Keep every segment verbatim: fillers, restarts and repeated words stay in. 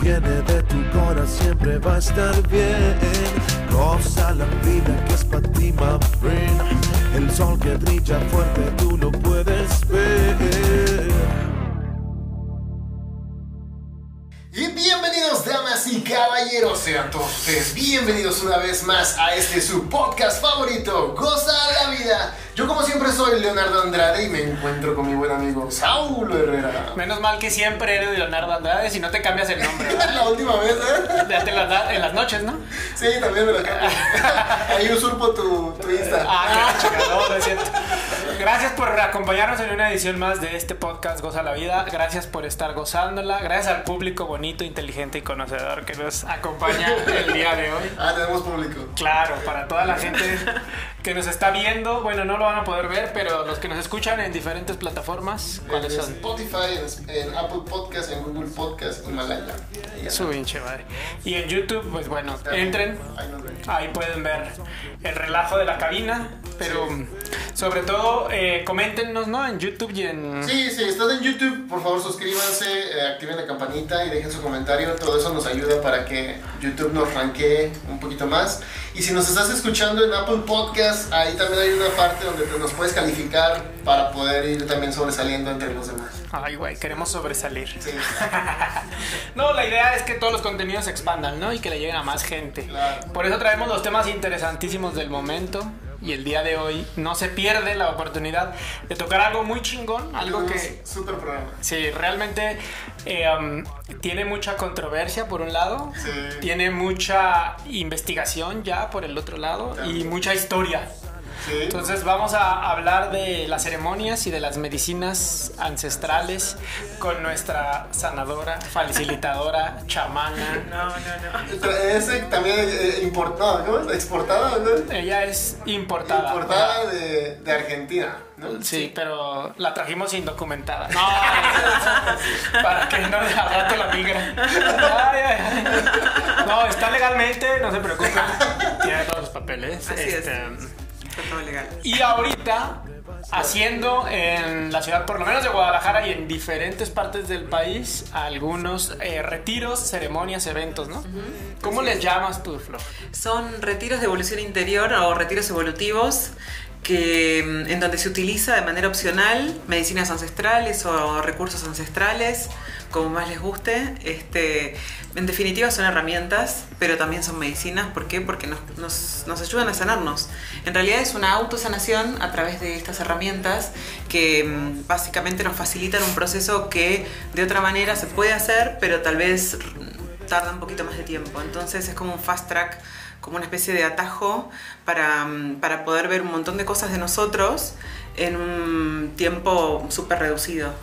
viene de tu corazón siempre va a estar bien. Goza la vida que es para ti, my friend. El sol que brilla fuerte tú lo puedes ver. Y bienvenidos, damas y caballeros, sean todos ustedes bienvenidos una vez más a este su podcast favorito, Goza la Vida. Yo como siempre soy Leonardo Andrade y me encuentro con mi buen amigo Saulo Herrera. Menos mal que siempre eres Leonardo Andrade, si no te cambias el nombre, ¿verdad? La última vez, ¿eh? Ya te las da en las noches, ¿no? Sí, también me lo cambio. Ahí usurpo tu, tu Insta. Ah, qué chingado, no es cierto. Gracias por acompañarnos en una edición más de este podcast Goza la Vida. Gracias por estar gozándola. Gracias al público bonito, inteligente y conocedor que nos acompaña el día de hoy. Ah, tenemos público. Claro, para toda la gente que nos está viendo, bueno, no lo van a poder ver, pero los que nos escuchan en diferentes plataformas, ¿cuáles en son? Spotify, en, en Apple Podcast, en Google Podcast, Himalaya. Su pinche madre. Y en YouTube, pues bueno, entren, Ahí nos ven. ahí pueden ver el relajo de la cabina, pero Sí. sobre todo eh, coméntenos, ¿no? En YouTube y en... Sí, si estás en YouTube, por favor suscríbanse, eh, activen la campanita y dejen su comentario. Todo eso nos ayuda para que YouTube nos rankee un poquito más. Y si nos estás escuchando en Apple Podcast, ahí también hay una parte donde te- nos puedes calificar para poder ir también sobresaliendo entre los demás. Ay, güey, queremos sobresalir. Sí, No, la idea es que todos los contenidos se expandan, ¿no? Y que le lleguen a más gente. Claro. Por eso traemos los temas interesantísimos del momento. Y el día de hoy no se pierde la oportunidad de tocar algo muy chingón, algo que... Tenemos súper programa. Sí, realmente eh, um, tiene mucha controversia por un lado, Sí. tiene mucha investigación ya por el otro lado y También. mucha historia. Sí. Entonces vamos a hablar de las ceremonias y de las medicinas ancestrales con nuestra sanadora, facilitadora, chamana. No, no, no. Ese también eh, importado, ¿cómo es? Exportada, ¿no? Ella es importada. Importada de, de Argentina, ¿no? Sí, pero la trajimos indocumentada. No, para que no al rato la migra. Ay, ay, ay. No, está legalmente, no se preocupen. Tiene todos los papeles. Así es. Este, Está todo legal. Y ahorita haciendo en la ciudad, por lo menos de Guadalajara y en diferentes partes del país, algunos eh, retiros, ceremonias, eventos, ¿no? ¿Cómo les llamas tú, Flor? Son retiros de evolución interior o retiros evolutivos que, mm, en donde se utiliza de manera opcional medicinas ancestrales o recursos ancestrales, como más les guste. Este, en definitiva son herramientas, pero también son medicinas. ¿Por qué? Porque nos, nos, nos ayudan a sanarnos. En realidad es una autosanación a través de estas herramientas que mm, básicamente nos facilitan un proceso que de otra manera se puede hacer, pero tal vez mm, tarda un poquito más de tiempo. Entonces es como un fast track, como una especie de atajo para, mm, para poder ver un montón de cosas de nosotros en un tiempo súper reducido.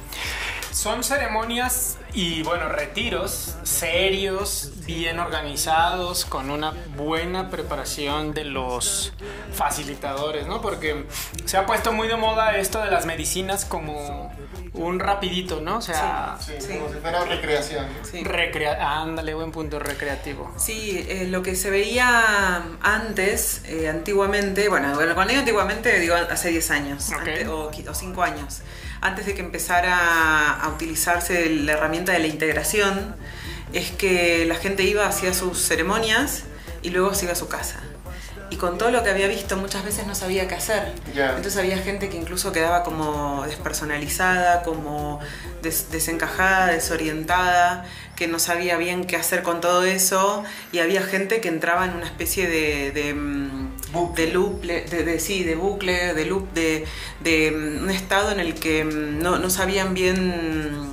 Son ceremonias y, bueno, retiros serios, bien organizados, con una buena preparación de los facilitadores, ¿no? Porque se ha puesto muy de moda esto de las medicinas como un rapidito, ¿no? O sea, Sí, Sí. como si fuera recreación. Sí. recrea- ándale, buen punto, recreativo. Sí, eh, lo que se veía antes, eh, antiguamente, bueno, cuando digo antiguamente, digo hace diez años Ok. antes, o, qui- o cinco años, antes de que empezara a utilizarse la herramienta de la integración, es que la gente iba, hacía sus ceremonias y luego se iba a su casa. Y con todo lo que había visto, muchas veces no sabía qué hacer. Ya. Entonces había gente que incluso quedaba como despersonalizada, como des- desencajada, desorientada, que no sabía bien qué hacer con todo eso. Y había gente que entraba en una especie de, de, mm, Bucle. de loop, de, de- sí, de bucle, de loop, de, de mm, un estado en el que mm, no, no sabían bien...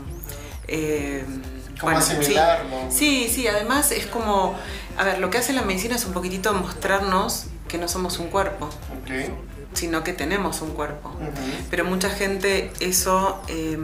eh, Cómo asimilarlo. Sí, sí, además es como... A ver, lo que hace la medicina es un poquitito mostrarnos que no somos un cuerpo, Ok. sino que tenemos un cuerpo. Ujú. Pero mucha gente eso eh,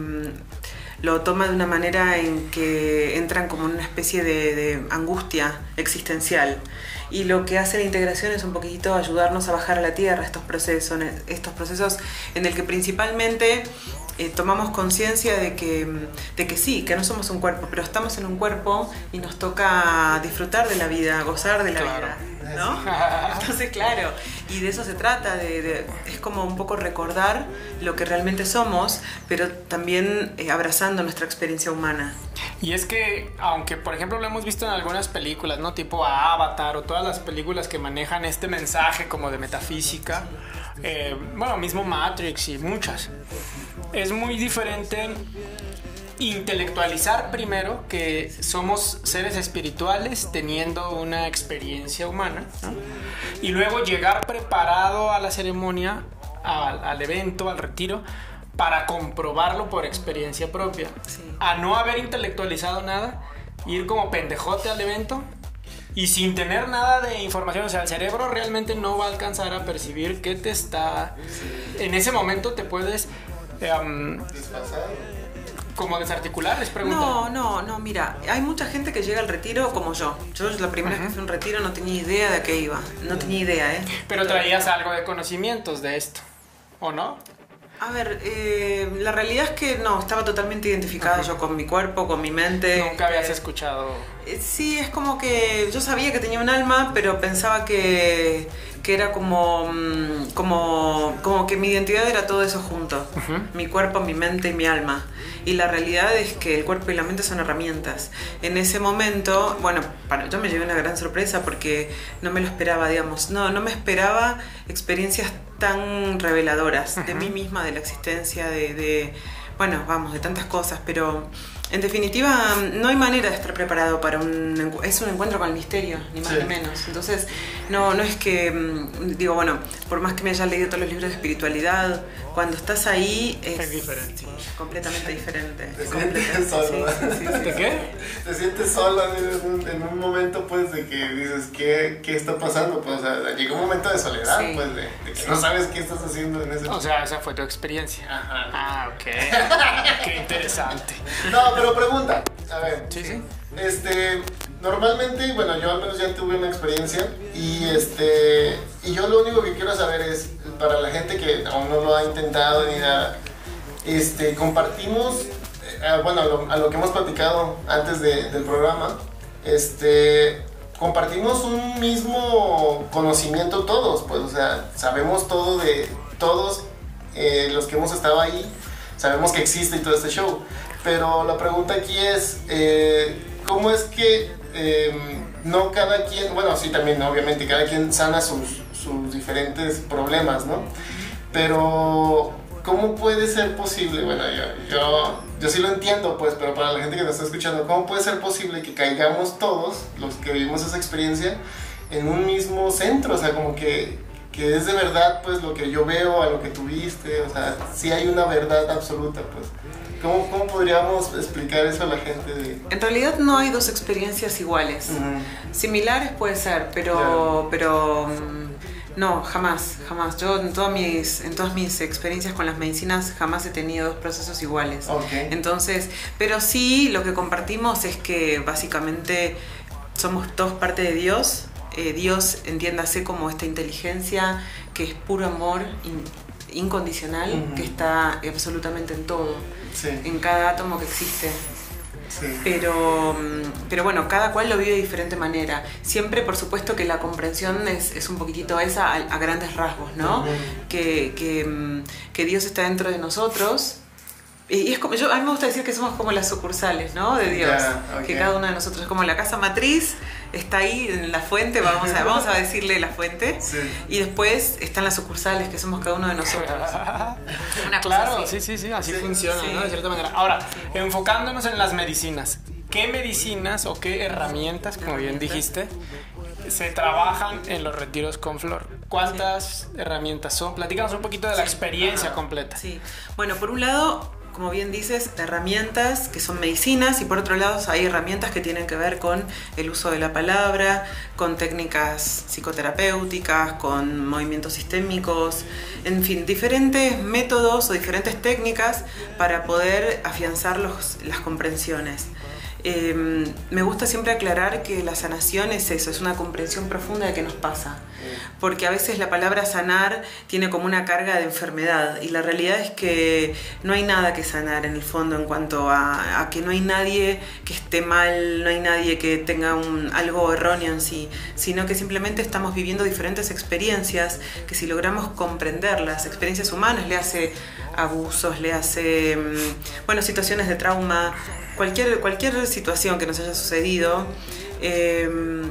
lo toma de una manera en que entran como en una especie de, de angustia existencial. Y lo que hace la integración es un poquitito ayudarnos a bajar a la tierra estos procesos, estos procesos en el que principalmente eh, tomamos conciencia de que, de que sí, que no somos un cuerpo, pero estamos en un cuerpo y nos toca disfrutar de la vida, gozar de la Claro. vida. ¿no? Entonces, claro, y de eso se trata, de, de, es como un poco recordar lo que realmente somos, pero también eh, abrazando nuestra experiencia humana. Y es que, aunque por ejemplo lo hemos visto en algunas películas, ¿no? Tipo Avatar o todas las películas que manejan este mensaje como de metafísica, eh, bueno, mismo Matrix y muchas, es muy diferente intelectualizar primero que somos seres espirituales teniendo una experiencia humana, ¿no? Y luego llegar preparado a la ceremonia, al, al evento, al retiro, para comprobarlo por experiencia propia. Sí. A no haber intelectualizado nada, ir como pendejote al evento y sin tener nada de información. O sea, el cerebro realmente no va a alcanzar a percibir qué te está... Sí. En ese momento te puedes... Um, como desarticular, les pregunto. No, no, no, mira, hay mucha gente que llega al retiro como yo. Yo la primera vez uh-huh. que fui a un retiro no tenía idea de qué iba. No tenía idea, ¿eh? Pero traías algo de conocimientos de esto, ¿o no? A ver, eh, la realidad es que no, estaba totalmente identificada uh-huh. yo con mi cuerpo, con mi mente. Nunca habías eh, escuchado... Eh, sí, es como que yo sabía que tenía un alma, pero pensaba que, que era como, como, como que mi identidad era todo eso junto. Uh-huh. Mi cuerpo, mi mente y mi alma. Y la realidad es que el cuerpo y la mente son herramientas. En ese momento, bueno, para, yo me llevé una gran sorpresa porque no me lo esperaba, digamos. No, no me esperaba experiencias tan reveladoras uh-huh. de mí misma, de la existencia, de, de, bueno, vamos, de tantas cosas, pero... En definitiva, no hay manera de estar preparado para un... Es un encuentro con el misterio, ni más sí. ni menos. Entonces, no, no es que... Digo, bueno, por más que me haya leído todos los libros de espiritualidad, cuando estás ahí... Es, es diferente. Sí, completamente diferente. Te sientes solo. Sí, sí, sí, sí, ¿De qué? Te sientes solo en un, en un momento, pues, de que dices, ¿qué, qué está pasando? Pues, o sea, llega un momento de soledad, sí. pues, de, de que sí. no sabes qué estás haciendo en ese momento. O sea, esa fue tu experiencia. Ajá. Ah, ok. Qué interesante. No, pero pregunta, a ver. Sí, sí. Este, normalmente, bueno, yo al menos ya tuve una experiencia y este, y yo lo único que quiero saber es, para la gente que aún no lo ha intentado ni nada, este, compartimos, eh, bueno, a lo, a lo que hemos platicado antes de, del programa, este, compartimos un mismo conocimiento todos, pues, o sea, sabemos todo de todos eh, los que hemos estado ahí, sabemos que existe y todo este show. Pero la pregunta aquí es, eh, ¿cómo es que eh, no cada quien, bueno, sí también, obviamente, cada quien sana sus, sus diferentes problemas, ¿no? Pero, ¿cómo puede ser posible? Bueno, yo, yo, yo sí lo entiendo, pues, pero para la gente que nos está escuchando, ¿cómo puede ser posible que caigamos todos, los que vivimos esa experiencia, en un mismo centro? O sea, como que, que es de verdad, pues, lo que yo veo a lo que tuviste, o sea, sí hay una verdad absoluta, pues. ¿Cómo, ¿Cómo podríamos explicar eso a la gente? De... En realidad no hay dos experiencias iguales. Uh-huh. Similares puede ser, pero, claro. pero no, jamás, jamás. Yo en todas, mis, en todas mis experiencias con las medicinas jamás he tenido dos procesos iguales. Okay. Entonces, pero sí lo que compartimos es que básicamente somos todos parte de Dios. Eh, Dios, entiéndase como esta inteligencia que es puro amor in, incondicional, uh-huh. que está absolutamente en todo. Sí. En cada átomo que existe. Sí. Pero, pero bueno, cada cual lo vive de diferente manera. Siempre, por supuesto, que la comprensión es, es un poquitito esa a, a grandes rasgos, ¿no? Uh-huh. Que, que, que Dios está dentro de nosotros. Y es como, yo, a mí me gusta decir que somos como las sucursales, ¿no? De Dios. Yeah, okay. Que cada uno de nosotros es como la casa matriz, está ahí en la fuente, vamos a, vamos a decirle la fuente. Sí. Y después están las sucursales, que somos cada uno de nosotros. Una claro, cosa así. sí, sí, sí, así sí, funciona, sí. ¿no? De cierta manera. Ahora, sí. enfocándonos en las medicinas, ¿qué medicinas o qué herramientas, como bien dijiste, se trabajan en los retiros con Flor? ¿Cuántas sí. herramientas son? Platícanos un poquito de la sí. experiencia Ajá. completa. Sí, bueno, por un lado, como bien dices, herramientas que son medicinas, y por otro lado hay herramientas que tienen que ver con el uso de la palabra, con técnicas psicoterapéuticas, con movimientos sistémicos, en fin, diferentes métodos o diferentes técnicas para poder afianzar los, las comprensiones. Eh, me gusta siempre aclarar que la sanación es eso, es una comprensión profunda de qué nos pasa. Porque a veces la palabra sanar tiene como una carga de enfermedad y la realidad es que no hay nada que sanar en el fondo en cuanto a, a que no hay nadie que esté mal, no hay nadie que tenga un, algo erróneo en sí, sino que simplemente estamos viviendo diferentes experiencias que si logramos comprenderlas, experiencias humanas, le hace abusos, le hace, bueno, situaciones de trauma, cualquier, cualquier situación que nos haya sucedido, eh,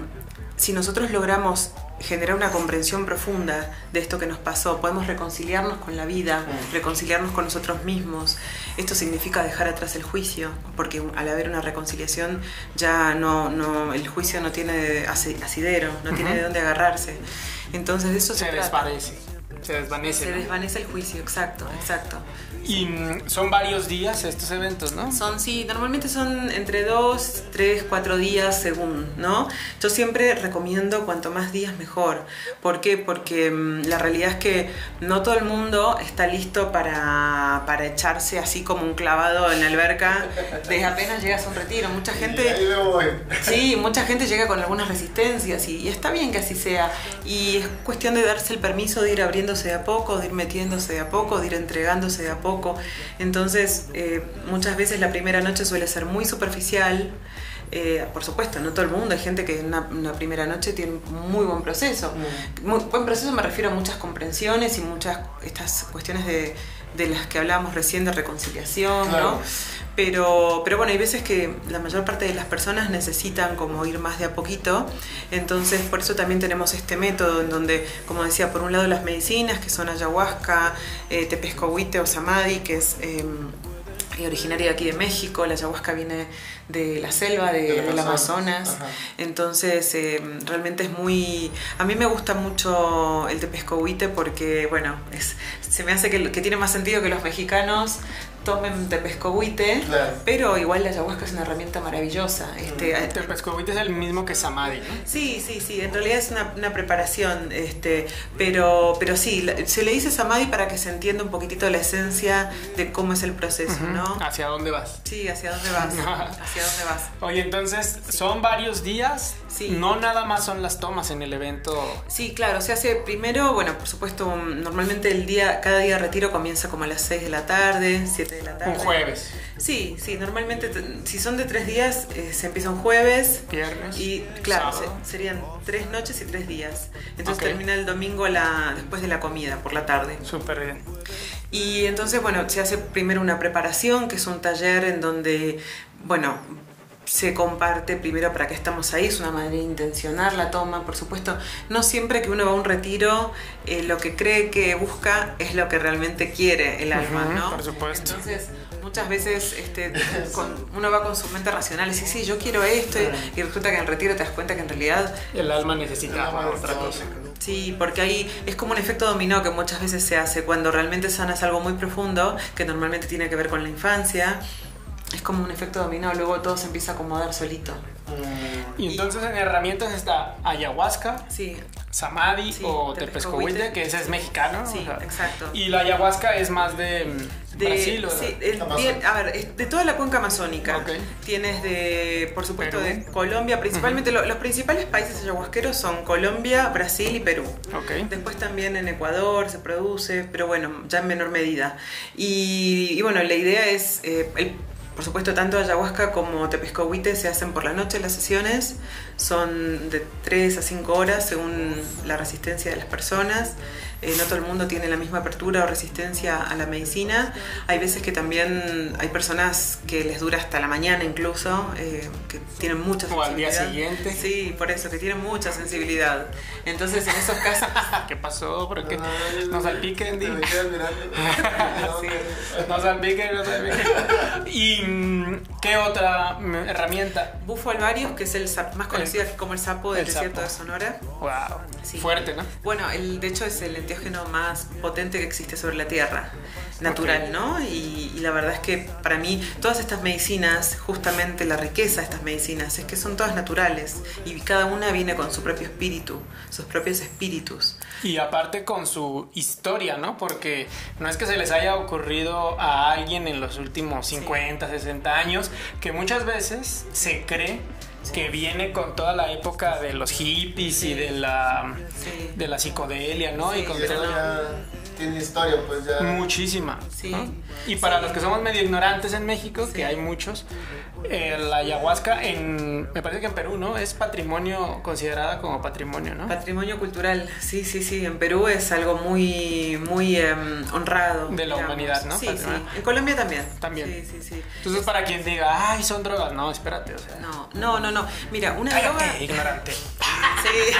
si nosotros logramos generar una comprensión profunda de esto que nos pasó, podemos reconciliarnos con la vida, reconciliarnos con nosotros mismos. Esto significa dejar atrás el juicio, porque al haber una reconciliación ya no, no el juicio no tiene asidero, no uh-huh. tiene de dónde agarrarse. Entonces de eso se, se trata. desvanece, se desvanece. Se ¿no? desvanece el juicio, exacto, exacto. Y mm, son varios días estos eventos, ¿no? Son, sí, normalmente son entre dos, tres, cuatro días según, ¿no? Yo siempre recomiendo cuanto más días mejor. ¿Por qué? Porque mmm, la realidad es que no todo el mundo está listo para, para echarse así como un clavado en la alberca desde apenas llegas a un retiro. Mucha gente... Ahí me voy. Sí, mucha gente llega con algunas resistencias y, y está bien que así sea. Y es cuestión de darse el permiso de ir abriéndose de a poco, de ir metiéndose de a poco, de ir entregándose de a poco. Entonces, eh, muchas veces la primera noche suele ser muy superficial. Eh, por supuesto, no todo el mundo. Hay gente que en una, una primera noche tiene un muy buen proceso. Muy buen proceso me refiero a muchas comprensiones y muchas estas cuestiones de, de las que hablábamos recién de reconciliación, claro. ¿no? Pero, pero bueno, hay veces que la mayor parte de las personas necesitan como ir más de a poquito, entonces por eso también tenemos este método en donde, como decía, por un lado las medicinas que son ayahuasca, eh, tepescohuite o samadhi, que es eh, originaria de aquí de México. La ayahuasca viene de la selva, de, de del Amazonas. Ajá. Entonces eh, realmente es muy... A mí me gusta mucho el tepescohuite porque, bueno, es, se me hace que, que tiene más sentido que los mexicanos tomen tepescohuite, claro. Pero igual la ayahuasca es una herramienta maravillosa. Este, mm. Tepescohuite es el mismo que samadhi, ¿no? Sí, sí, sí, en realidad es una, una preparación, este, pero, pero sí, se le dice samadhi para que se entienda un poquitito la esencia de cómo es el proceso, uh-huh. ¿no? ¿Hacia dónde vas? Sí, hacia dónde vas, hacia dónde vas. Oye, entonces, sí. ¿Son varios días? Sí. No nada más son las tomas en el evento. Sí, claro, se hace primero, bueno, por supuesto, normalmente el día, cada día de retiro comienza como a las seis de la tarde, siete de la tarde. Un jueves. Sí, sí, normalmente si son de tres días eh, se empieza un jueves. Viernes. Y claro, se, serían tres noches y tres días. Entonces okay. Termina el domingo la, después de la comida, por la tarde. Súper bien. Y entonces, bueno, se hace primero una preparación, que es un taller en donde, bueno, se comparte primero para qué estamos ahí, es una manera de intencionar la toma, por supuesto. No siempre que uno va a un retiro, eh, lo que cree que busca es lo que realmente quiere el alma, uh-huh, ¿no? Por supuesto. Entonces, muchas veces este, con, uno va con su mente racional y dice, sí, yo quiero esto, y, y resulta que en el retiro te das cuenta que en realidad el alma necesitaba otra cosa. Sí, porque ahí es como un efecto dominó que muchas veces se hace cuando realmente sanas algo muy profundo, que normalmente tiene que ver con la infancia. Es como un efecto dominó, luego todo se empieza a acomodar solito. Y entonces en herramientas está ayahuasca, sí. samadhi sí, o tepescohuite, que ese es mexicano. Sí, o sea, exacto. Y la ayahuasca es más de, de Brasil. Sí, el, bien, a ver, de toda la cuenca amazónica. Okay. Tienes de, por supuesto, Perú. De Colombia, principalmente uh-huh. lo, los principales países ayahuasqueros son Colombia, Brasil y Perú. Okay. Después también en Ecuador se produce, pero bueno, ya en menor medida. Y, y bueno, la idea es... Eh, el, Por supuesto, tanto ayahuasca como tepescohuite se hacen por la noche las sesiones, son de tres a cinco horas según la resistencia de las personas. Eh, no todo el mundo tiene la misma apertura o resistencia a la medicina. Hay veces que también hay personas que les dura hasta la mañana incluso, eh, que tienen mucha sensibilidad. O al día siguiente. Sí, por eso, que tienen mucha sensibilidad. Entonces, en esos casos... ¿Qué pasó? ¿Por qué? No salpiquen, Andy. Me quedan mirando. Sí. No salpiquen, no salpiquen. ¿Y qué otra herramienta? Bufo alvarius, que es el más conocido el, como el sapo del el desierto sapo. de Sonora. Wow. Sí. Fuerte, ¿no? Bueno, el, de hecho es el enteógeno más potente que existe sobre la Tierra, natural, okay. ¿no? Y, y la verdad es que para mí todas estas medicinas, justamente la riqueza de estas medicinas es que son todas naturales y cada una viene con su propio espíritu, sus propios espíritus. Y aparte con su historia, ¿no? Porque no es que se les haya ocurrido a alguien en los últimos cincuenta, sí. sesenta años, que muchas veces se cree que viene con toda la época de los hippies sí. y de la, sí. de la psicodelia, ¿no? Sí, y con ya, todo... ya tiene historia, pues ya... Muchísima. Sí. ¿no? Y para sí. los que somos medio ignorantes en México, sí. que hay muchos, eh, la ayahuasca en... me parece que en Perú, ¿no? Es patrimonio, considerada como patrimonio, ¿no? Patrimonio cultural, sí, sí, sí. En Perú es algo muy, muy eh, honrado. De la digamos. humanidad, ¿no? Sí, patrimonio. sí. En Colombia también. También. Sí, sí, sí. Entonces, para quien diga, ay, son drogas, no, espérate, o sea... No, no, no, no. Mira, una Cállate, droga... ignorante. Sí.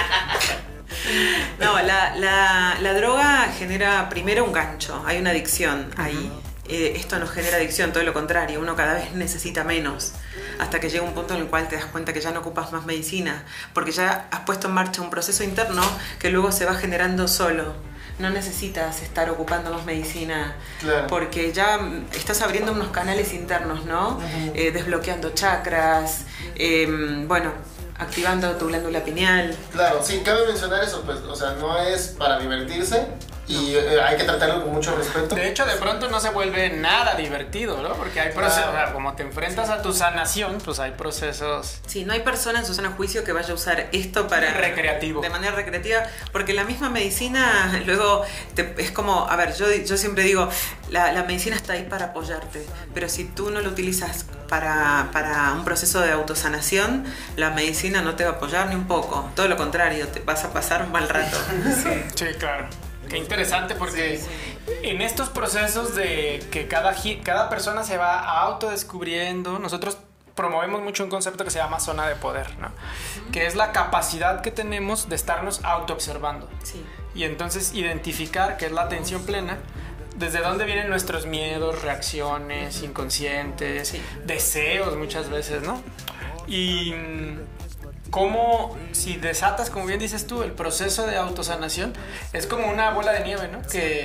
No, la, la, la droga genera primero un gancho, hay una adicción ahí. Eh, esto no genera adicción, todo lo contrario, uno cada vez necesita menos, hasta que llega un punto en el cual te das cuenta que ya no ocupas más medicina, porque ya has puesto en marcha un proceso interno que luego se va generando solo. No necesitas estar ocupando más medicina, claro. porque ya estás abriendo unos canales internos, ¿no? Uh-huh. Eh, desbloqueando chakras, eh, bueno... activando tu glándula pineal. Claro, sí, cabe mencionar eso, pues, o sea, no es para divertirse y eh, hay que tratarlo con mucho respeto. De hecho, de pronto no se vuelve nada divertido, ¿no? Porque hay procesos, claro. o sea, como te enfrentas sí. a tu sanación, pues hay procesos... Sí, no hay persona en su sano juicio que vaya a usar esto para... Recreativo. De manera recreativa, porque la misma medicina luego te, es como, a ver, yo, yo siempre digo, la, la medicina está ahí para apoyarte, pero si tú no lo utilizas para, para un proceso de autosanación, la medicina no te va a apoyar ni un poco, todo lo contrario, te vas a pasar un mal rato. Sí, sí claro. Qué interesante porque sí, sí. en estos procesos de que cada, cada persona se va autodescubriendo, nosotros promovemos mucho un concepto que se llama zona de poder, ¿no? Uh-huh. Que es la capacidad que tenemos de estarnos autoobservando. Sí. Y entonces identificar, que es la atención plena, desde dónde vienen nuestros miedos, reacciones inconscientes, sí. deseos muchas veces, ¿no? Y... cómo si desatas, como bien dices tú, el proceso de autosanación es como una bola de nieve, ¿no? Que,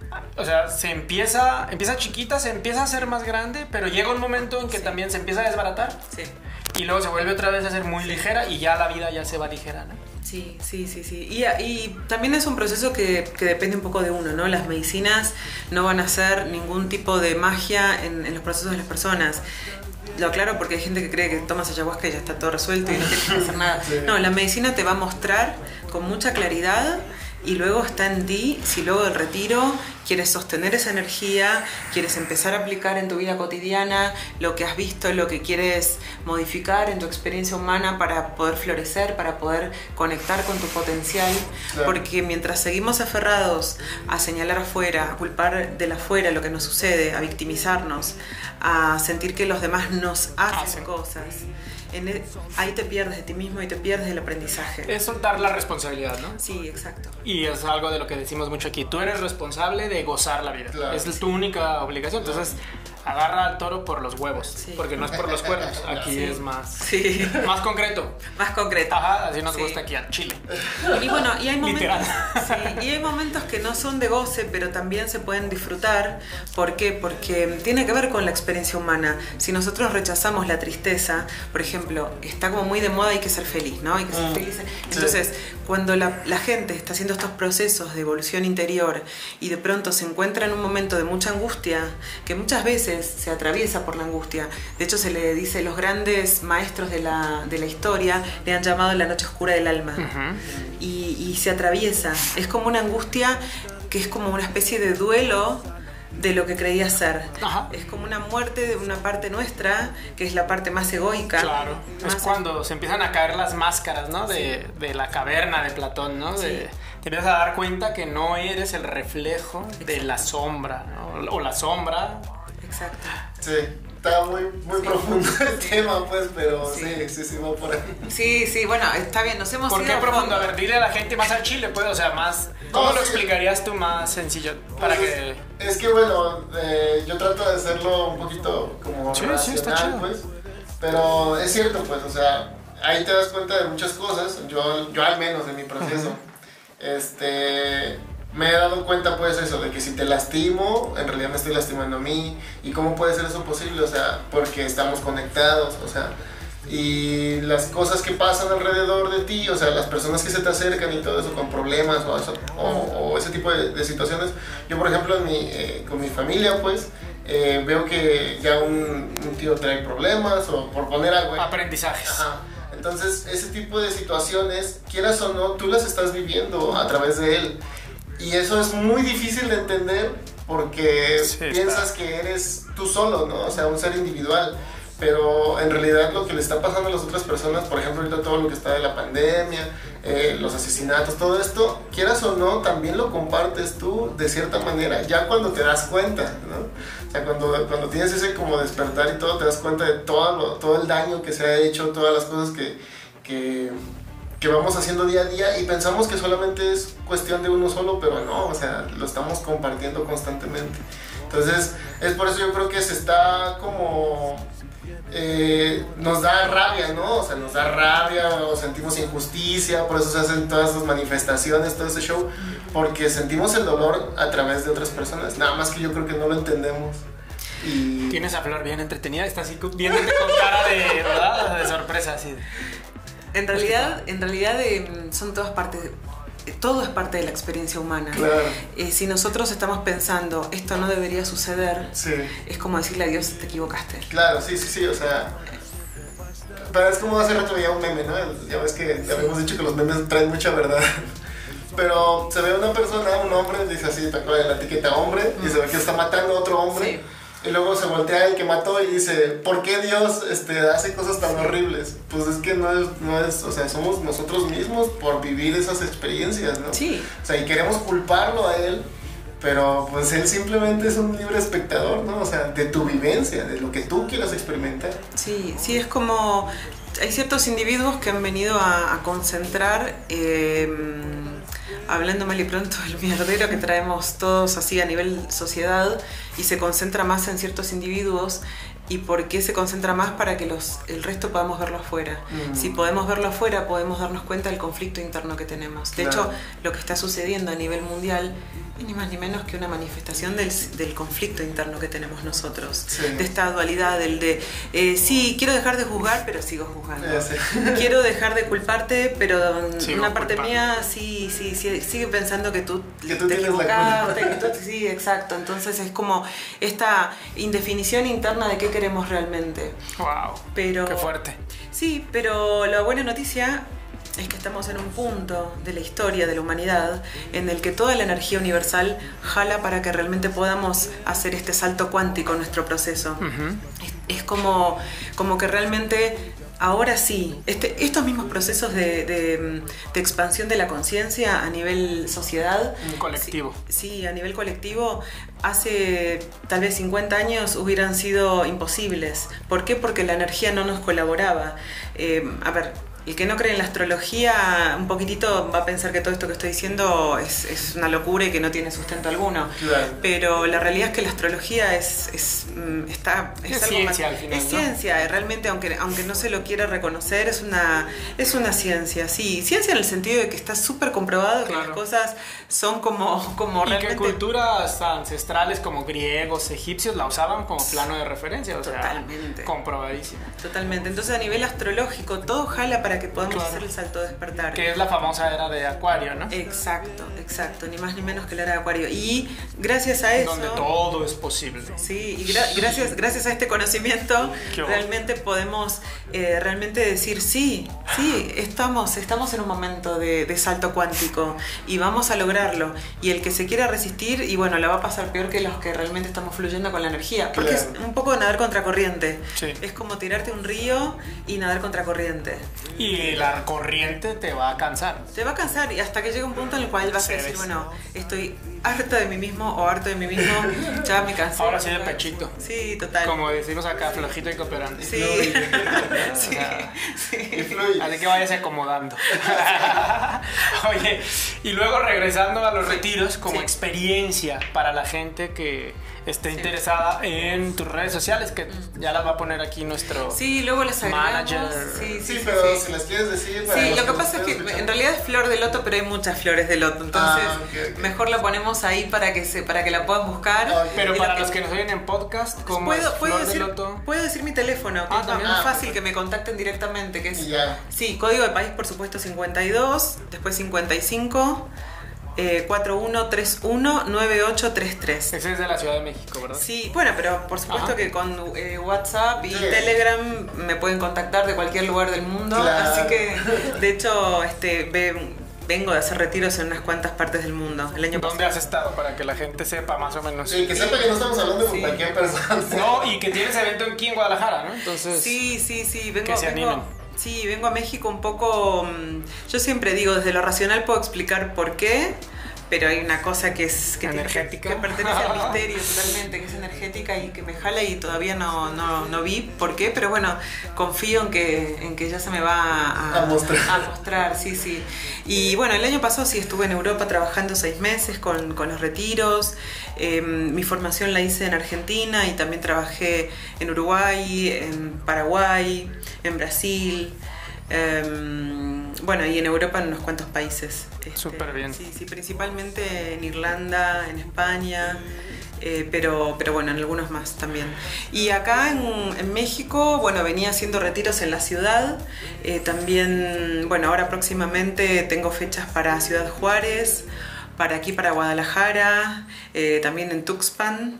o sea, se empieza, empieza chiquita, se empieza a hacer más grande, pero llega un momento en que sí. también se empieza a desbaratar. Sí. Y luego se vuelve otra vez a ser muy ligera y ya la vida ya se va ligera, ¿no? Sí, sí, sí, sí. Y, y también es un proceso que, que depende un poco de uno, ¿no? Las medicinas no van a hacer ningún tipo de magia en, en los procesos de las personas. Lo aclaro porque hay gente que cree que tomas ayahuasca y ya está todo resuelto y no tienes que hacer nada. Sí. No, la medicina te va a mostrar con mucha claridad y luego está en ti si luego del retiro quieres sostener esa energía, quieres empezar a aplicar en tu vida cotidiana lo que has visto, lo que quieres modificar en tu experiencia humana para poder florecer, para poder conectar con tu potencial. Claro. Porque mientras seguimos aferrados a señalar afuera, a culpar del afuera lo que nos sucede, a victimizarnos, a sentir que los demás nos hacen, hacen. cosas, en el, ahí te pierdes de ti mismo y te pierdes del aprendizaje. Es soltar la responsabilidad, ¿no? Sí, exacto. Y es algo de lo que decimos mucho aquí. Tú eres responsable de gozar la vida. Claro. Es tu única obligación. Entonces, agarra al toro por los huevos. Sí. Porque no es por los cuernos. Aquí sí. es más, sí. más concreto. Más concreto. Ajá, así nos sí. gusta aquí al Chile. Y bueno, y hay momentos, sí, y hay momentos que no son de goce, pero también se pueden disfrutar. ¿Por qué? Porque tiene que ver con la experiencia humana. Si nosotros rechazamos la tristeza, por ejemplo, está como muy de moda, hay que ser feliz, ¿no? Hay que ser mm. feliz. Entonces, sí. cuando la, la gente está haciendo estos procesos de evolución interior y de pronto se encuentra en un momento de mucha angustia, que muchas veces se atraviesa por la angustia. De hecho, se le dice, los grandes maestros de la, de la historia le han llamado la noche oscura del alma. Uh-huh. y, y se atraviesa. Es como una angustia que es como una especie de duelo de lo que creía ser. Ajá. Es como una muerte de una parte nuestra, que es la parte más egoica. Claro, más es cuando se empiezan a caer las máscaras, ¿no? De, sí. de la caverna de Platón, ¿no? Sí. De, te empiezas a dar cuenta que no eres el reflejo Exacto. de la sombra, ¿no? O la sombra. Exacto. Sí. Está muy, muy sí. profundo el tema, pues, pero sí. sí, sí, sí, va por ahí. Sí, sí, bueno, está bien, nos hemos ¿Por ido qué profundo? A ver, dile a la gente más al chile, pues, o sea, más... ¿Cómo no, lo sí. explicarías tú más sencillo? Para pues que... Es que, bueno, eh, yo trato de hacerlo un poquito como sí, racional, sí, está chido. Pues, pero es cierto, pues, o sea, ahí te das cuenta de muchas cosas, yo, yo al menos de mi proceso. Uh-huh. Este... me he dado cuenta pues eso, de que si te lastimo, en realidad me estoy lastimando a mí. ¿Y cómo puede ser eso posible? O sea, porque estamos conectados, o sea, y las cosas que pasan alrededor de ti, o sea, las personas que se te acercan y todo eso con problemas o, eso, o, o ese tipo de, de situaciones. Yo, por ejemplo, en mi, eh, con mi familia, pues, eh, veo que ya un, un tío trae problemas o por poner algo. Aprendizajes. Ajá. Entonces, ese tipo de situaciones, quieras o no, tú las estás viviendo a través de él. Y eso es muy difícil de entender porque sí, piensas está. que eres tú solo, ¿no? O sea, un ser individual. Pero en realidad lo que le está pasando a las otras personas, por ejemplo, ahorita todo lo que está de la pandemia, eh, los asesinatos, todo esto, quieras o no, también lo compartes tú de cierta manera, ya cuando te das cuenta, ¿no? O sea, cuando, cuando tienes ese como despertar y todo, te das cuenta de todo, lo, todo el daño que se ha hecho, todas las cosas que... que que vamos haciendo día a día y pensamos que solamente es cuestión de uno solo, pero no, o sea, lo estamos compartiendo constantemente. Entonces, es por eso yo creo que se está como... Eh, nos da rabia, ¿no? O sea, nos da rabia o sentimos injusticia, por eso se hacen todas esas manifestaciones, todo ese show, porque sentimos el dolor a través de otras personas, nada más que yo creo que no lo entendemos. Y... Tienes a Flor bien entretenida, está así viéndote con cara de, ¿verdad? De sorpresa, así. En realidad, en realidad eh, son todas partes, eh, todo es parte de la experiencia humana. Claro. Eh, si nosotros estamos pensando, esto no debería suceder, sí. es como decirle a Dios, te equivocaste. Claro, sí, sí, sí, o sea... Pero es como hace rato veía un meme, ¿no? Ya ves que ya habíamos dicho que los memes traen mucha verdad. Pero se ve una persona, un hombre, dice así, te acuerdas de la etiqueta hombre, y se ve que está matando a otro hombre. Sí. Y luego se voltea el que mató y dice, ¿por qué Dios este, hace cosas tan horribles? Pues es que no es, no es, o sea, somos nosotros mismos por vivir esas experiencias, ¿no? Sí. O sea, y queremos culparlo a él, pero pues él simplemente es un libre espectador, ¿no? O sea, de tu vivencia, de lo que tú quieras experimentar. Sí, sí, es como, hay ciertos individuos que han venido a, a concentrar... Eh, hablando mal y pronto, el mierdero que traemos todos así a nivel sociedad y se concentra más en ciertos individuos. ¿Y por qué se concentra más? Para que los, el resto podamos verlo afuera. Mm. Si podemos verlo afuera, podemos darnos cuenta del conflicto interno que tenemos. De claro. hecho, lo que está sucediendo a nivel mundial es ni más ni menos que una manifestación del, del conflicto interno que tenemos nosotros. Sí. De esta dualidad, del de, eh, sí, quiero dejar de juzgar, pero sigo juzgando. Sí. Quiero dejar de culparte, pero sigo una parte culpando. mía sí, sí, sí, sigue pensando que tú, que tú te equivocaste. Que tú, sí, exacto. Entonces es como esta indefinición interna de qué queremos realmente. Wow, pero, qué fuerte. Sí, pero la buena noticia es que estamos en un punto de la historia de la humanidad en el que toda la energía universal jala para que realmente podamos hacer este salto cuántico en nuestro proceso. Uh-huh. es, es como, como que realmente ahora sí, este, estos mismos procesos de, de, de expansión de la conciencia a nivel sociedad, un colectivo. Sí, sí, a nivel colectivo, hace tal vez cincuenta años hubieran sido imposibles. ¿Por qué? Porque la energía no nos colaboraba. Eh, a ver, el que no cree en la astrología un poquitito va a pensar que todo esto que estoy diciendo es, es una locura y que no tiene sustento alguno. Claro. Pero la realidad es que la astrología es, es, está, es, es algo ciencia más, al final, es ¿no? ciencia, realmente, aunque, aunque no se lo quiera reconocer, es una, es una ciencia, sí. Ciencia en el sentido de que está súper comprobado que claro. las cosas son como, como y realmente... que culturas ancestrales como griegos, egipcios la usaban como plano de referencia, o Totalmente. sea, comprobadísimo. Totalmente. Entonces a nivel astrológico todo jala para que podamos claro. hacer el salto de despertar. Que es la famosa era de Acuario, ¿no? Exacto, exacto, ni más ni menos que la era de Acuario. Y gracias a eso... Donde todo es posible. Sí, y gra- gracias, gracias a este conocimiento realmente podemos eh, realmente decir sí, sí, estamos, estamos en un momento de, de salto cuántico y vamos a lograrlo. Y el que se quiera resistir, y bueno, la va a pasar peor que los que realmente estamos fluyendo con la energía. Porque claro. es un poco nadar contracorriente. Sí. Es como tirarte un río y nadar contracorriente. Y la corriente te va a cansar. Te va a cansar y hasta que llegue un punto en el cual vas Se a decir, ves. bueno, estoy harta de mí mismo o harto de mí mismo, ya me cansé. Ahora sí de pechito. Sí, total. Como decimos acá, flojito y cooperante. Sí, sí, sí. Así que váyase acomodando. Oye, y luego regresando a los retiros como sí. experiencia para la gente que esté interesada en tus redes sociales, que ya las va a poner aquí nuestro Sí, luego las agregamos. manager. Sí, sí, Sí, sí, pero sí. si las quieres decir... para Sí, los lo que nos pasa es estén que escuchando. en realidad es flor de loto, pero hay muchas flores de loto. Entonces, Ah, ok, ok. mejor la ponemos ahí para que se, para que la puedan buscar. Ah, ok. Pero Y lo para los que nos oyen en podcast, ¿cómo ¿Puedo, es puedo, Flor de decir, Loto? puedo decir mi teléfono, que Ah, es también. más Ah, fácil perfecto. que me contacten directamente, que es... Y ya. Sí, código de país, por supuesto, cincuenta y dos, después cincuenta y cinco, eh, cuatro uno tres uno nueve ocho tres tres. Ese es de la Ciudad de México, ¿verdad? Sí, bueno, pero por supuesto Ajá. que con eh, WhatsApp y Sí. Telegram me pueden contactar de cualquier lugar del mundo. Claro. Así que, de hecho, este, ve- vengo de hacer retiros en unas cuantas partes del mundo. El año ¿Dónde pasado. has estado? Para que la gente sepa más o menos. Sí, que sepa que no estamos hablando con Sí. cualquier persona. No, y que tienes evento aquí en Guadalajara, ¿no? Entonces, Sí, sí, sí, vengo, que se vengo- animen. sí, vengo a México un poco. mm, Yo siempre digo, desde lo racional puedo explicar por qué, pero hay una cosa que es que, tiene- Energética. que pertenece al misterio totalmente, que es energética y que me jala y todavía no, no, no vi por qué, pero bueno, confío en que, en que ya se me va a, A mostrar. a mostrar, sí, sí. Y bueno, el año pasado sí estuve en Europa trabajando seis meses con, con los retiros. Eh, mi formación la hice en Argentina y también trabajé en Uruguay, en Paraguay, en Brasil. em, bueno, y en Europa en unos cuantos países. Este, Súper bien. Sí, sí, principalmente en Irlanda, en España. Eh, pero, pero bueno, en algunos más también. Y acá en, en México, bueno, venía haciendo retiros en la ciudad. Eh, también, bueno, ahora próximamente tengo fechas para Ciudad Juárez, para aquí, para Guadalajara, eh, también en Tuxpan.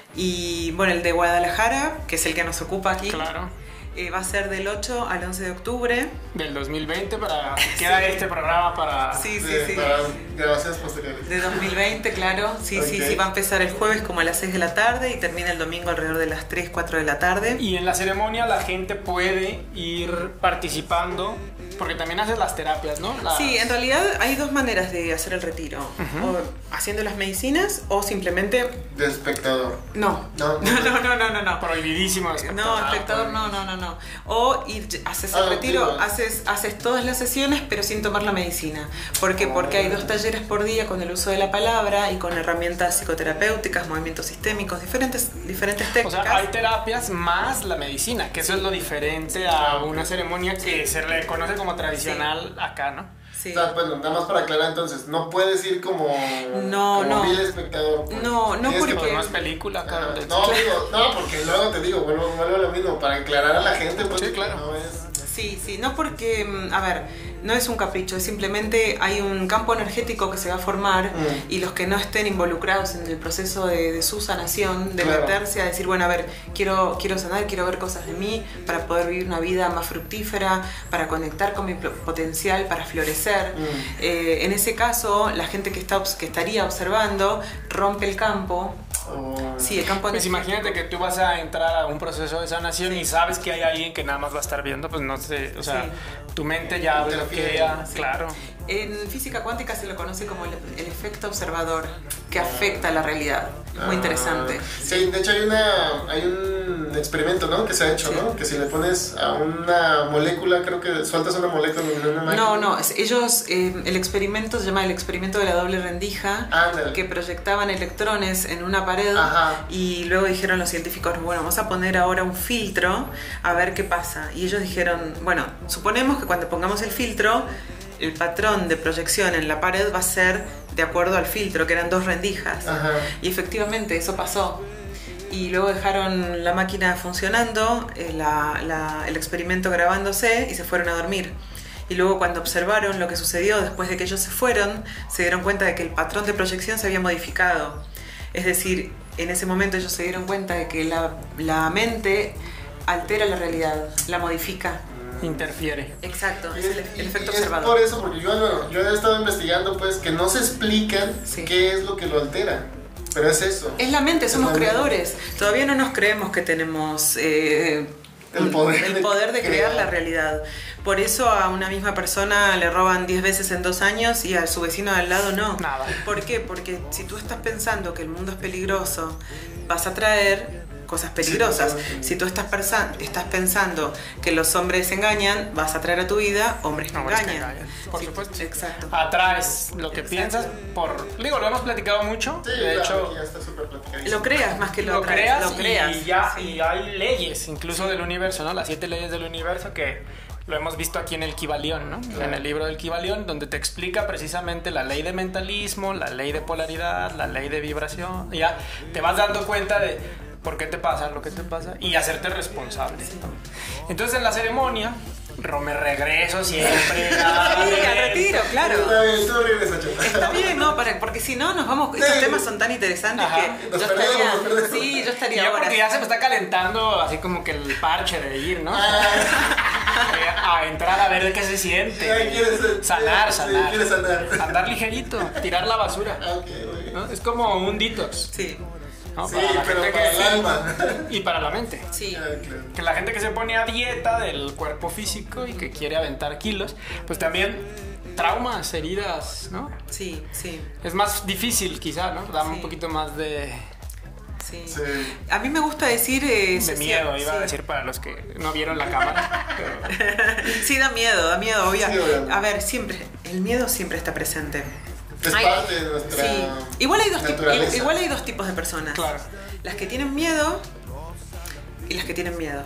Y bueno, el de Guadalajara, que es el que nos ocupa aquí, claro, eh, va a ser del ocho al once de octubre. del dos mil veinte, para queda este programa para... Sí, sí, de- sí. Para grabaciones posteriores. De dos mil veinte, claro. Sí, sí, Ok. sí. Va a empezar el jueves como a las seis de la tarde y termina el domingo alrededor de las tres, cuatro de la tarde. Y en la ceremonia la gente puede ir participando, porque también haces las terapias, ¿no? Las- Sí, en realidad hay dos maneras de hacer el retiro. O haciendo las medicinas o simplemente... De espectador. No. No. No, no, no, no, no. no. Prohibidísimo. espectador. No, espectador, no, no, no, no. O ir, haces el Ah, retiro, digo. haces, haces todas las sesiones, pero sin tomar la medicina. ¿Por qué? Porque hay dos talleres por día con el uso de la palabra y con herramientas psicoterapéuticas, movimientos sistémicos, diferentes, diferentes O técnicas. sea, hay terapias más la medicina, que eso es lo diferente a una ceremonia que se reconoce como tradicional acá, ¿no? Sí. O sea, bueno, nada más para aclarar entonces, no puedes ir como, No, como no. vil espectador. pues. No, no, Tienes que- porque- Pues no es película, Ah, cabrón. no, digo, no, porque luego te digo, vuelvo, vuelvo a lo mismo, para aclarar a la gente, pues Sí, que claro. no es... Sí, sí, no porque, mm, a ver, no es un capricho, es simplemente hay un campo energético que se va a formar Mm. y los que no estén involucrados en el proceso de, de su sanación, de Claro. meterse a decir, bueno, a ver, quiero, quiero sanar, quiero ver cosas de mí para poder vivir una vida más fructífera, para conectar con mi pl- potencial, para florecer. Mm. Eh, en ese caso, la gente que, está, obs- que estaría observando rompe el campo. o- Sí, el campo Pues energético. imagínate que tú vas a entrar a un proceso de sanación y sabes que hay alguien que nada más va a estar viendo, pues no sé, o sea, Sí. tu mente ya Interfiere, bloquea, sí. claro. En física cuántica se lo conoce como el, el efecto observador, que afecta a la realidad. Muy interesante. Ah, sí, de hecho hay una hay un experimento, ¿no? Que se ha hecho, Sí. ¿no? Que si le pones a una molécula, creo que sueltas una molécula en una máquina. No, no, es- ellos, eh, el experimento se llama el experimento de la doble rendija, Ándale. que proyectaban electrones en una pared Ajá. y luego dijeron los científicos, bueno, vamos a poner ahora un filtro a ver qué pasa. Y ellos dijeron, bueno, suponemos que cuando pongamos el filtro, el patrón de proyección en la pared va a ser de acuerdo al filtro, que eran dos rendijas. Ajá. Y efectivamente eso pasó. Y luego dejaron la máquina funcionando, eh, la- la- el experimento grabándose y se fueron a dormir. Y luego cuando observaron lo que sucedió después de que ellos se fueron, se dieron cuenta de que el patrón de proyección se había modificado. Es decir, en ese momento ellos se dieron cuenta de que la, la mente altera la realidad, la modifica. Interfiere. Exacto, Y es el, es, el efecto y es observador. por eso, porque yo, bueno, yo he estado investigando pues que no se explican Sí. qué es lo que lo altera. Pero es eso. Es la mente, somos Es la mente. creadores. Todavía no nos creemos que tenemos eh, El un- poder el de poder de crear crear. la realidad. Por eso a una misma persona le roban diez veces en dos años y a su vecino de al lado no. Nada. ¿Por qué? Porque si tú estás pensando que el mundo es peligroso, vas a traer cosas peligrosas. Sí, si tú estás, estás pensando que los hombres engañan, vas a traer a tu vida hombres que Hombres que engañan. engañan, por Sí, supuesto. Exacto. Atraes lo que Exacto. piensas por... Digo, lo hemos platicado mucho. Sí, de claro, hecho, ya está súper platicadísimo. Lo creas más que lo, lo atraes, creas, lo creas. Y, ya, Sí. y hay leyes, incluso del universo, ¿no? Las siete leyes del universo que lo hemos visto aquí en el Kybalión, ¿no? Claro. En el libro del Kybalión, donde te explica precisamente la ley de mentalismo, la ley de polaridad, la ley de vibración. Y ya te vas dando cuenta de por qué te pasa lo que te pasa y hacerte responsable, ¿no? Entonces en la ceremonia, me regreso siempre. Sí, al retiro, claro. Está bien, tú regresa, Chapa. Está bien, no, para, porque si no nos vamos, estos Sí. temas son tan interesantes Ajá. que Nos yo perdemos, estaría, nos perdemos. sí, yo Y estaría ya ahora. porque ya se me está calentando así como que el parche de ir, ¿no? A entrar a ver de qué se siente. Ay, ¿quieres- Sanar, sí, sanar. quieres sanar. Andar ligerito, tirar la basura. Ah, ok, muy bien. ¿No? Es como un detox, Sí, ¿no? Sí, Para la pero gente para que- el alma. y para la mente. sí. Ah, claro. Que la gente que se pone a dieta del cuerpo físico y que quiere aventar kilos, pues también traumas, heridas, ¿no? Sí, sí, Es más difícil quizá, ¿no? Da Sí. un poquito más de, sí. Sí. A mí me gusta decir... eh, de sí, miedo, sí. iba a decir para los que no vieron la cámara. Pero Sí, da miedo, da miedo, obvio. Sí, obviamente. A ver, siempre, el miedo siempre está presente. Es Ay, parte de nuestra Sí. Igual hay, dos tipos, naturaleza. igual hay dos tipos de personas. Claro. Las que tienen miedo y las que tienen miedo.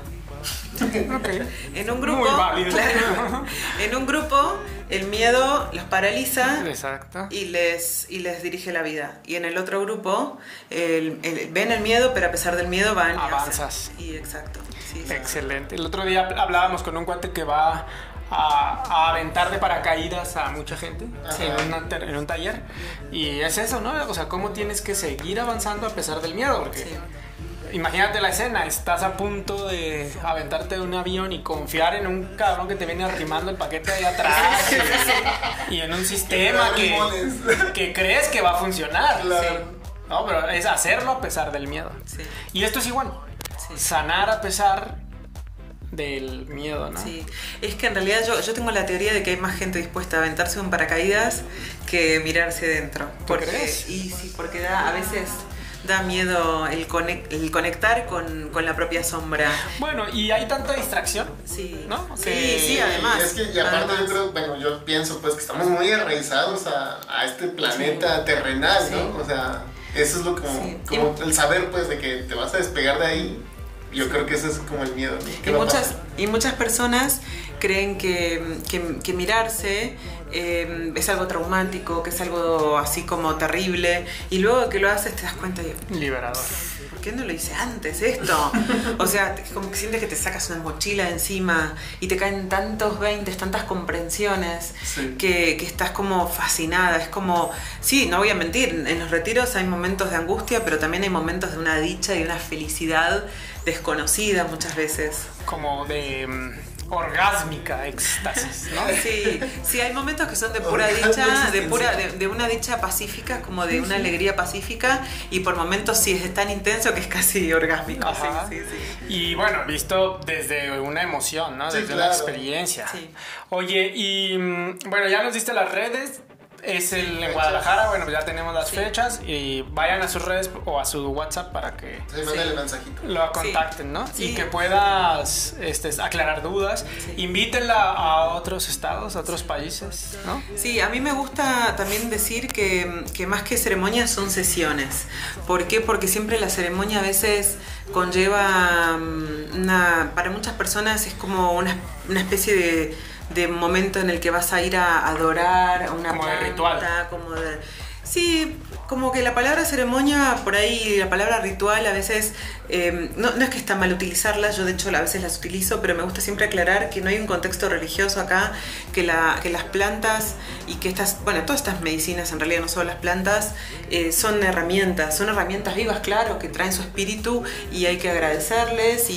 ok. En un grupo, Muy válido. claro, en un grupo el miedo los paraliza Exacto. y les, y les dirige la vida. Y en el otro grupo el- el- ven el miedo, pero a pesar del miedo van y hacen. Avanzas. Y exacto. Sí, sí. Excelente. El otro día hablábamos con un cuate que va a, a aventar de paracaídas a mucha gente Ajá. en, una ter- en un taller. Y es eso, ¿no? O sea, cómo tienes que seguir avanzando a pesar del miedo. Porque Sí. imagínate la escena, estás a punto de aventarte de un avión y confiar en un cabrón que te viene arrimando el paquete ahí atrás y, y en un sistema Que que, me da limones. que crees que va a funcionar. Claro. No, pero es hacerlo a pesar del miedo. Sí. Y esto es igual. Sí. Sanar a pesar del miedo, ¿no? Sí, es que en realidad yo, yo tengo la teoría de que hay más gente dispuesta a aventarse un paracaídas que mirarse dentro. Porque, crees? Y sí, porque da, a veces da miedo el, conec- el conectar con, con la propia sombra. Bueno, y hay tanta distracción. Sí, ¿No? sí, Que- sí, además. Es que, y aparte además. yo creo, bueno, yo pienso pues que estamos muy arraizados a, a este planeta terrenal, Sí. ¿no? O sea, eso es lo como, Sí. como el saber pues de que te vas a despegar de ahí. Yo creo que ese es como el miedo, ¿no? ¿Qué Y va a muchas, pasar? y muchas personas creen que, que, que mirarse eh, es algo traumático, que es algo así como terrible, y luego que lo haces te das cuenta de, Liberador. ¿por qué no lo hice antes esto? O sea, es como que sientes que te sacas una mochila de encima y te caen tantos veintes, tantas comprensiones, Sí. que, que estás como fascinada. Es como, sí, no voy a mentir, en los retiros hay momentos de angustia, pero también hay momentos de una dicha y una felicidad desconocida muchas veces. Como de mm, orgásmica éxtasis, ¿no? Sí, sí, hay momentos que son de pura Orgasmo dicha, de pura, de, existencial. de una dicha pacífica, como de una alegría pacífica, y por momentos sí es tan intenso que es casi orgásmico. Ajá. Sí, sí, sí. Y bueno, visto desde una emoción, ¿no? Sí, Desde claro. una experiencia. Sí. Oye, y mm, bueno, ya nos diste las redes. Es el en Fechas. Guadalajara, bueno, ya tenemos las Sí. fechas y vayan a sus redes o a su WhatsApp para que Sí, mándale mensajito. lo contacten, ¿no? Sí. Y que puedas este, aclarar dudas. Sí. Invítenla a otros estados, a otros países, ¿no? Sí, a mí me gusta también decir que, que más que ceremonias son sesiones. ¿Por qué? Porque siempre la ceremonia a veces conlleva mm, una... Para muchas personas es como una, una especie de, de momento en el que vas a ir a adorar a una Como de planta, ritual. como de... Sí, como que la palabra ceremonia, por ahí la palabra ritual a veces, eh, no, no es que está mal utilizarla, yo de hecho a veces las utilizo, pero me gusta siempre aclarar que no hay un contexto religioso acá, que, la, que las plantas y que estas, bueno, todas estas medicinas, en realidad no solo las plantas, eh, son herramientas, son herramientas vivas, claro, que traen su espíritu y hay que agradecerles y,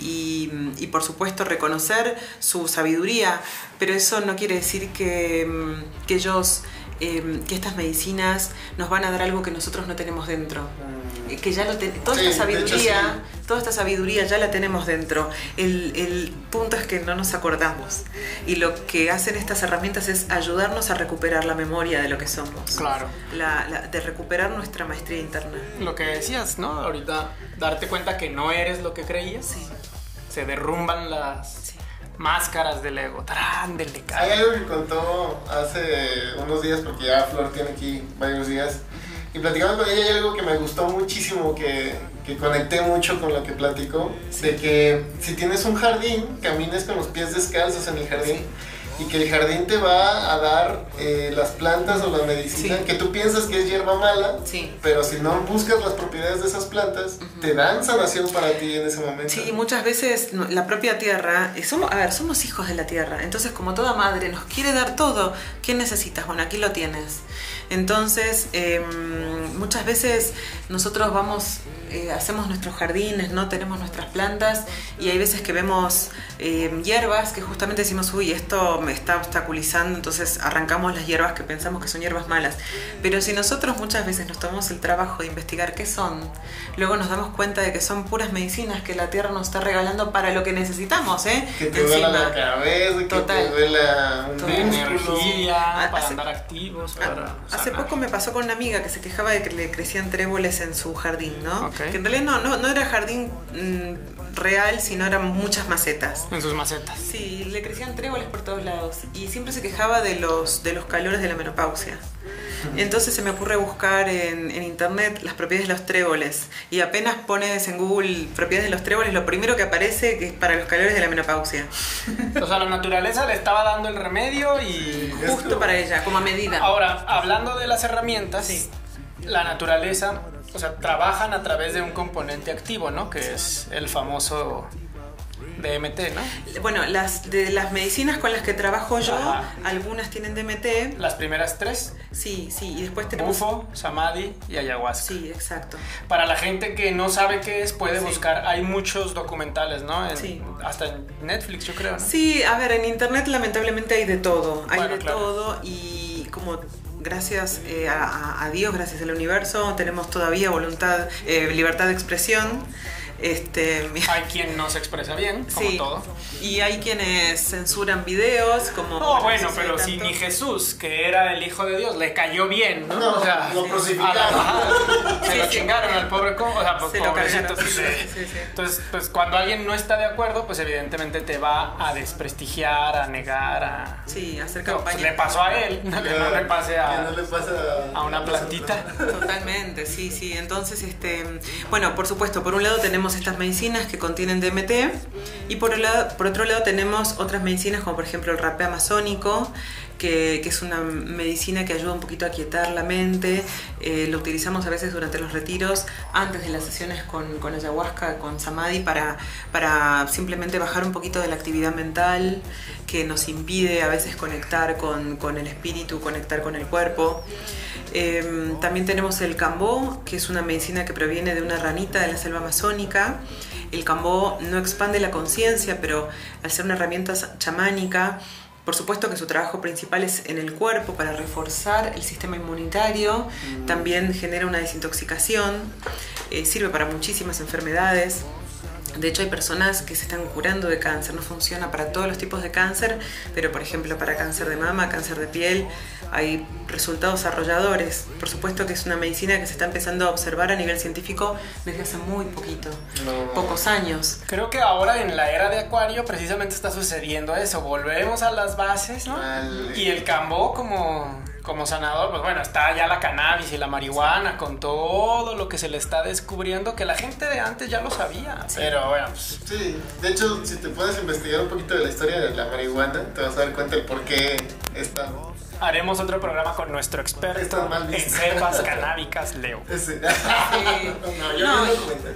y, y por supuesto reconocer su sabiduría, pero eso no quiere decir que, que ellos... eh, que estas medicinas nos van a dar algo que nosotros no tenemos dentro. Eh, que ya lo te- toda Sí, esta de hecho, sabiduría, sí. toda esta sabiduría ya la tenemos dentro. El, el punto es que no nos acordamos. Y lo que hacen estas herramientas es ayudarnos a recuperar la memoria de lo que somos. Claro. La- la- de recuperar nuestra maestría interna. Lo que decías, ¿no? Ahorita, darte cuenta que no eres lo que creías. Sí. Se derrumban las Sí. máscaras del ego. ¡Tarán! Del Hay decay. algo que contó hace unos días, porque ya Flor tiene aquí varios días, y platicando con ella hay algo que me gustó muchísimo, que, que conecté mucho con lo que platicó, de que si tienes un jardín, camines con los pies descalzos en el jardín, y que el jardín te va a dar eh, las plantas o la medicina Sí. que tú piensas que es hierba mala, Sí. pero si no buscas las propiedades de esas plantas, te dan sanación para ti en ese momento. Sí, muchas veces no, la propia tierra, eh, somos, a ver, somos hijos de la tierra, entonces como toda madre nos quiere dar todo, ¿qué necesitas? Bueno, aquí lo tienes. Entonces, eh, muchas veces nosotros vamos, eh, hacemos nuestros jardines, ¿no? Tenemos nuestras plantas y hay veces que vemos eh, hierbas que justamente decimos, uy, esto me está obstaculizando, entonces arrancamos las hierbas que pensamos que son hierbas malas. Pero si nosotros muchas veces nos tomamos el trabajo de investigar qué son, luego nos damos cuenta de que son puras medicinas que la tierra nos está regalando para lo que necesitamos, ¿eh? Que te duela la cabeza, que Total. te duela un Total. músculo. Energía, para Hace- andar activos, Ah, para Hace sanar. poco me pasó con una amiga que se quejaba de que le crecían tréboles en su jardín, ¿no? Ok. Que en realidad no, no, no era jardín mm, real, sino eran muchas macetas. En sus macetas. Sí, le crecían tréboles por todos lados y siempre se quejaba de los, de los calores de la menopausia. Entonces se me ocurre buscar en, en internet las propiedades de los tréboles y apenas pones en Google propiedades de los tréboles, lo primero que aparece que es para los calores de la menopausia. O sea, la naturaleza le estaba dando el remedio y... Justo para ella, como a medida. Ahora, hablando de las herramientas, Sí. la naturaleza, o sea, trabajan a través de un componente activo, ¿no? Que es el famoso D M T, ¿no? Bueno, las de las medicinas con las que trabajo yo, Ajá. algunas tienen D M T. Las primeras tres, Sí, sí, y después tenemos... bufo, samadhi y ayahuasca. Sí, exacto. Para la gente que no sabe qué es, puede Sí. buscar, hay muchos documentales, ¿no? En- Sí. Hasta en Netflix, yo creo, ¿no? Sí, a ver, en internet lamentablemente hay de todo, hay Bueno, de claro. todo y como gracias eh, a, a Dios, gracias al universo, tenemos todavía voluntad, eh, libertad de expresión. Este, Hay quien no se expresa bien, como sí, todo. y hay quienes censuran videos, como... No, bueno, sí, pero si tanto. ni Jesús, que era el Hijo de Dios, le cayó bien, ¿no? No, o sea, lo sí. crucificaron. a la- ajá, se Sí, lo sí. chingaron al pobre, co- o sea, pues Se lo pobrecito. cargaron. sí. Sí, sí. Entonces, pues cuando alguien no está de acuerdo, pues evidentemente te va a desprestigiar, a negar, a... Sí, hacer No, pues, campaña. le pasó a él, no, que no le pase Que a, no le pasa a una plantita. Totalmente, sí, sí. Entonces, este, bueno, por supuesto, por un lado tenemos estas medicinas que contienen D M T y por, el lado, por otro lado tenemos otras medicinas como por ejemplo el rapé amazónico, que, que es una medicina que ayuda un poquito a quietar la mente. Eh, lo utilizamos a veces durante los retiros, antes de las sesiones con, con ayahuasca, con samadhi, para, para simplemente bajar un poquito de la actividad mental que nos impide a veces conectar con, con el espíritu, conectar con el cuerpo. Eh, también tenemos el cambó, que es una medicina que proviene de una ranita de la selva amazónica. El cambó no expande la conciencia, pero al ser una herramienta chamánica, por supuesto que su trabajo principal es en el cuerpo para reforzar el sistema inmunitario, también genera una desintoxicación, eh, sirve para muchísimas enfermedades. De hecho, hay personas que se están curando de cáncer, no funciona para todos los tipos de cáncer, pero por ejemplo para cáncer de mama, cáncer de piel, hay resultados arrolladores. Por supuesto que es una medicina que se está empezando a observar a nivel científico desde hace muy poquito, No. pocos años. Creo que ahora en la era de Acuario precisamente está sucediendo eso. Volvemos a las bases, ¿no? Vale. Y el cambó como, como sanador, pues bueno, está ya la cannabis y la marihuana con todo lo que se le está descubriendo, que la gente de antes ya lo sabía. Pero bueno, pues, Sí, de hecho, si te puedes investigar un poquito de la historia de la marihuana, te vas a dar cuenta del por qué está. haremos otro programa con nuestro experto Está mal en visto. cepas canábicas, Leo. Ese. Sí. No, yo No, no lo comenté. Y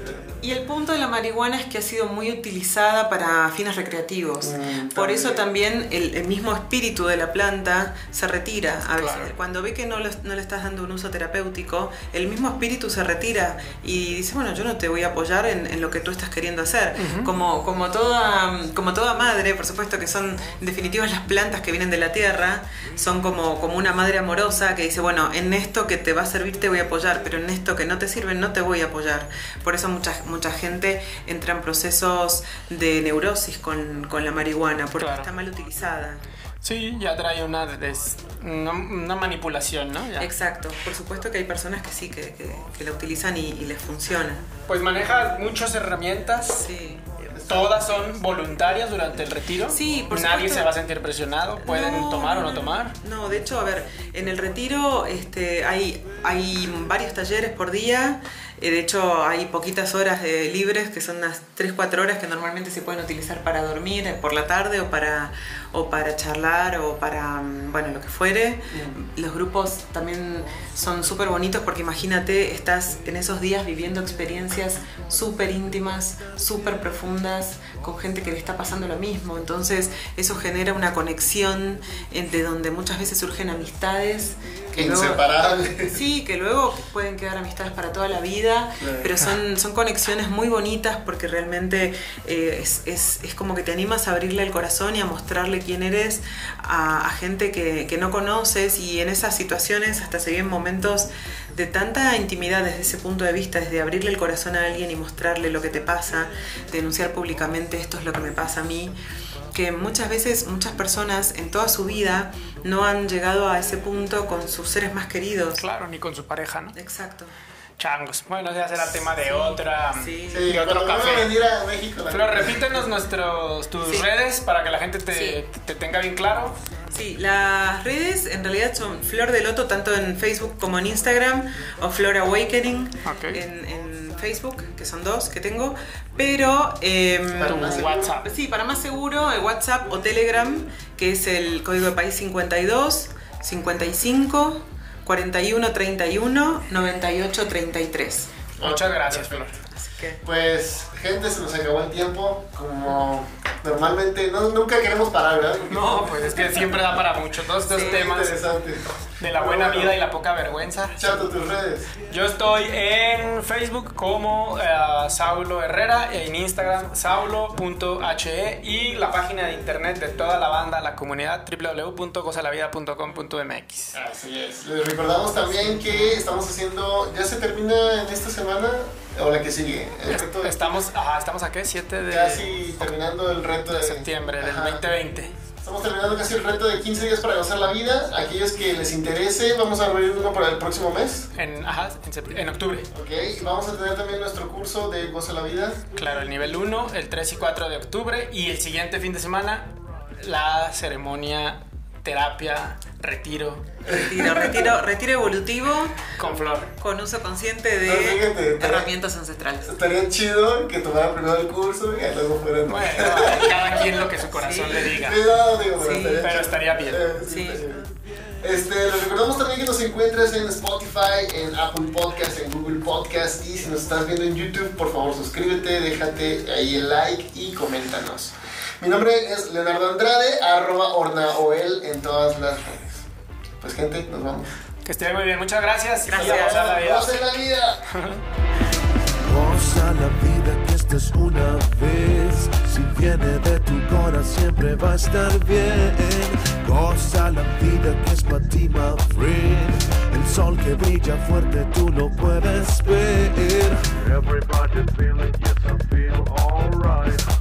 Y el punto de la marihuana es que ha sido muy utilizada para fines recreativos. Mm, Por eso también el, el mismo espíritu de la planta se retira. A veces, claro. Cuando ve que no, lo, no le estás dando un uso terapéutico, el mismo espíritu se retira y dice, bueno, yo no te voy a apoyar en, en lo que tú estás queriendo hacer. Uh-huh. Como, como, toda, como toda madre, por supuesto que son, en definitiva, las plantas que vienen de la tierra, son como, como una madre amorosa que dice, bueno, en esto que te va a servir te voy a apoyar, pero en esto que no te sirve no te voy a apoyar. Por eso mucha, mucha gente entra en procesos de neurosis con, con la marihuana, porque claro. está mal utilizada. Sí, ya trae una, des, una, una manipulación, ¿no? Ya. Exacto. Por supuesto que hay personas que sí, que, que, que la utilizan y, y les funciona. Pues maneja muchas herramientas. Sí. ¿Todas son voluntarias durante el retiro? Sí, por ¿Nadie supuesto. se va a sentir presionado? ¿Pueden no, tomar no, o no tomar? No, de hecho, a ver, en el retiro este, hay, hay varios talleres por día. De hecho, hay poquitas horas de libres, que son unas tres cuatro horas que normalmente se pueden utilizar para dormir por la tarde o para, o para charlar o para, bueno, lo que fuere. Mm. Los grupos también son súper bonitos porque imagínate, estás en esos días viviendo experiencias súper íntimas, súper profundas, con gente que le está pasando lo mismo. Entonces, eso genera una conexión de donde muchas veces surgen amistades. Que inseparables. Luego, sí, que luego pueden quedar amistades para toda la vida, claro. Pero son, son conexiones muy bonitas porque realmente eh, es, es, es como que te animas a abrirle el corazón y a mostrarle quién eres a, a gente que, que no conoces, y en esas situaciones hasta se viven momentos de tanta intimidad desde ese punto de vista, desde abrirle el corazón a alguien y mostrarle lo que te pasa, denunciar públicamente esto es lo que me pasa a mí, que muchas veces muchas personas en toda su vida no han llegado a ese punto con sus seres más queridos. Claro, ni con su pareja, ¿no? Exacto. Changos. Bueno, ya será tema de otra, sí. de sí, otro café. A venir a México, Flor, repítenos nuestros, tus sí. redes para que la gente te, sí. te tenga bien claro. Sí, las redes en realidad son Flor de Loto, tanto en Facebook como en Instagram, o Flor Awakening okay. en, en Facebook, que son dos que tengo, pero eh, para más WhatsApp. Sí, para más seguro, WhatsApp o Telegram, que es el código de país cincuenta y dos, cincuenta y cinco, cuarenta y uno, treinta y uno, noventa y ocho, treinta y tres. Muchas gracias, Flor. Pues, gente, se nos acabó el tiempo. Como normalmente, no, nunca queremos parar, ¿verdad? No, pues es que siempre da para mucho. Todos estos sí, temas interesante. De la buena vida y la poca vergüenza. Chato, tus redes. Yo estoy en Facebook como uh, Saulo Herrera, en Instagram saulo punto he y la página de internet de toda la banda, la comunidad, doble u doble u doble u punto goza la vida punto com punto m x. Así es. Les recordamos también que estamos haciendo, ya se termina en esta semana o la que sigue. El reto de... Estamos, ajá, estamos a qué, siete de casi terminando el reto de, de septiembre del veinte veinte. Estamos terminando casi el reto de quince días para gozar la vida. Aquellos que les interese, vamos a abrir uno para el próximo mes. En, ajá, en, en octubre. Ok, vamos a tener también nuestro curso de Goza la Vida. Claro, el nivel uno, el tres y cuatro de octubre. Y el siguiente fin de semana, la ceremonia, terapia, retiro. Retiro, retiro, retiro evolutivo. Con Flor. Con uso consciente de no, fíjate, herramientas ancestrales. Estaría chido que tomaran primero el curso y luego fueran. Bueno, cada quien lo que su corazón sí. le diga. Sí, no, digo, sí, estaría pero estaría bien. Eh, sí, sí. Estaría bien. Este, les recordamos también que nos encuentres en Spotify, en Apple Podcast, en Google Podcast, y si nos estás viendo en YouTube, por favor suscríbete, déjate ahí el like y coméntanos. Mi nombre es Leonardo Andrade, arroba ornaoel en todas las redes. Pues gente, nos vamos. Que estén muy bien, muchas gracias. Gracias. Goza la vida. Goza la vida. Goza la vida, que esta es una vez. Si viene de tu corazón siempre va a estar bien. Goza la vida, que es para ti, my friend. El sol que brilla fuerte tú lo puedes ver. Everybody feeling, yes I feel alright.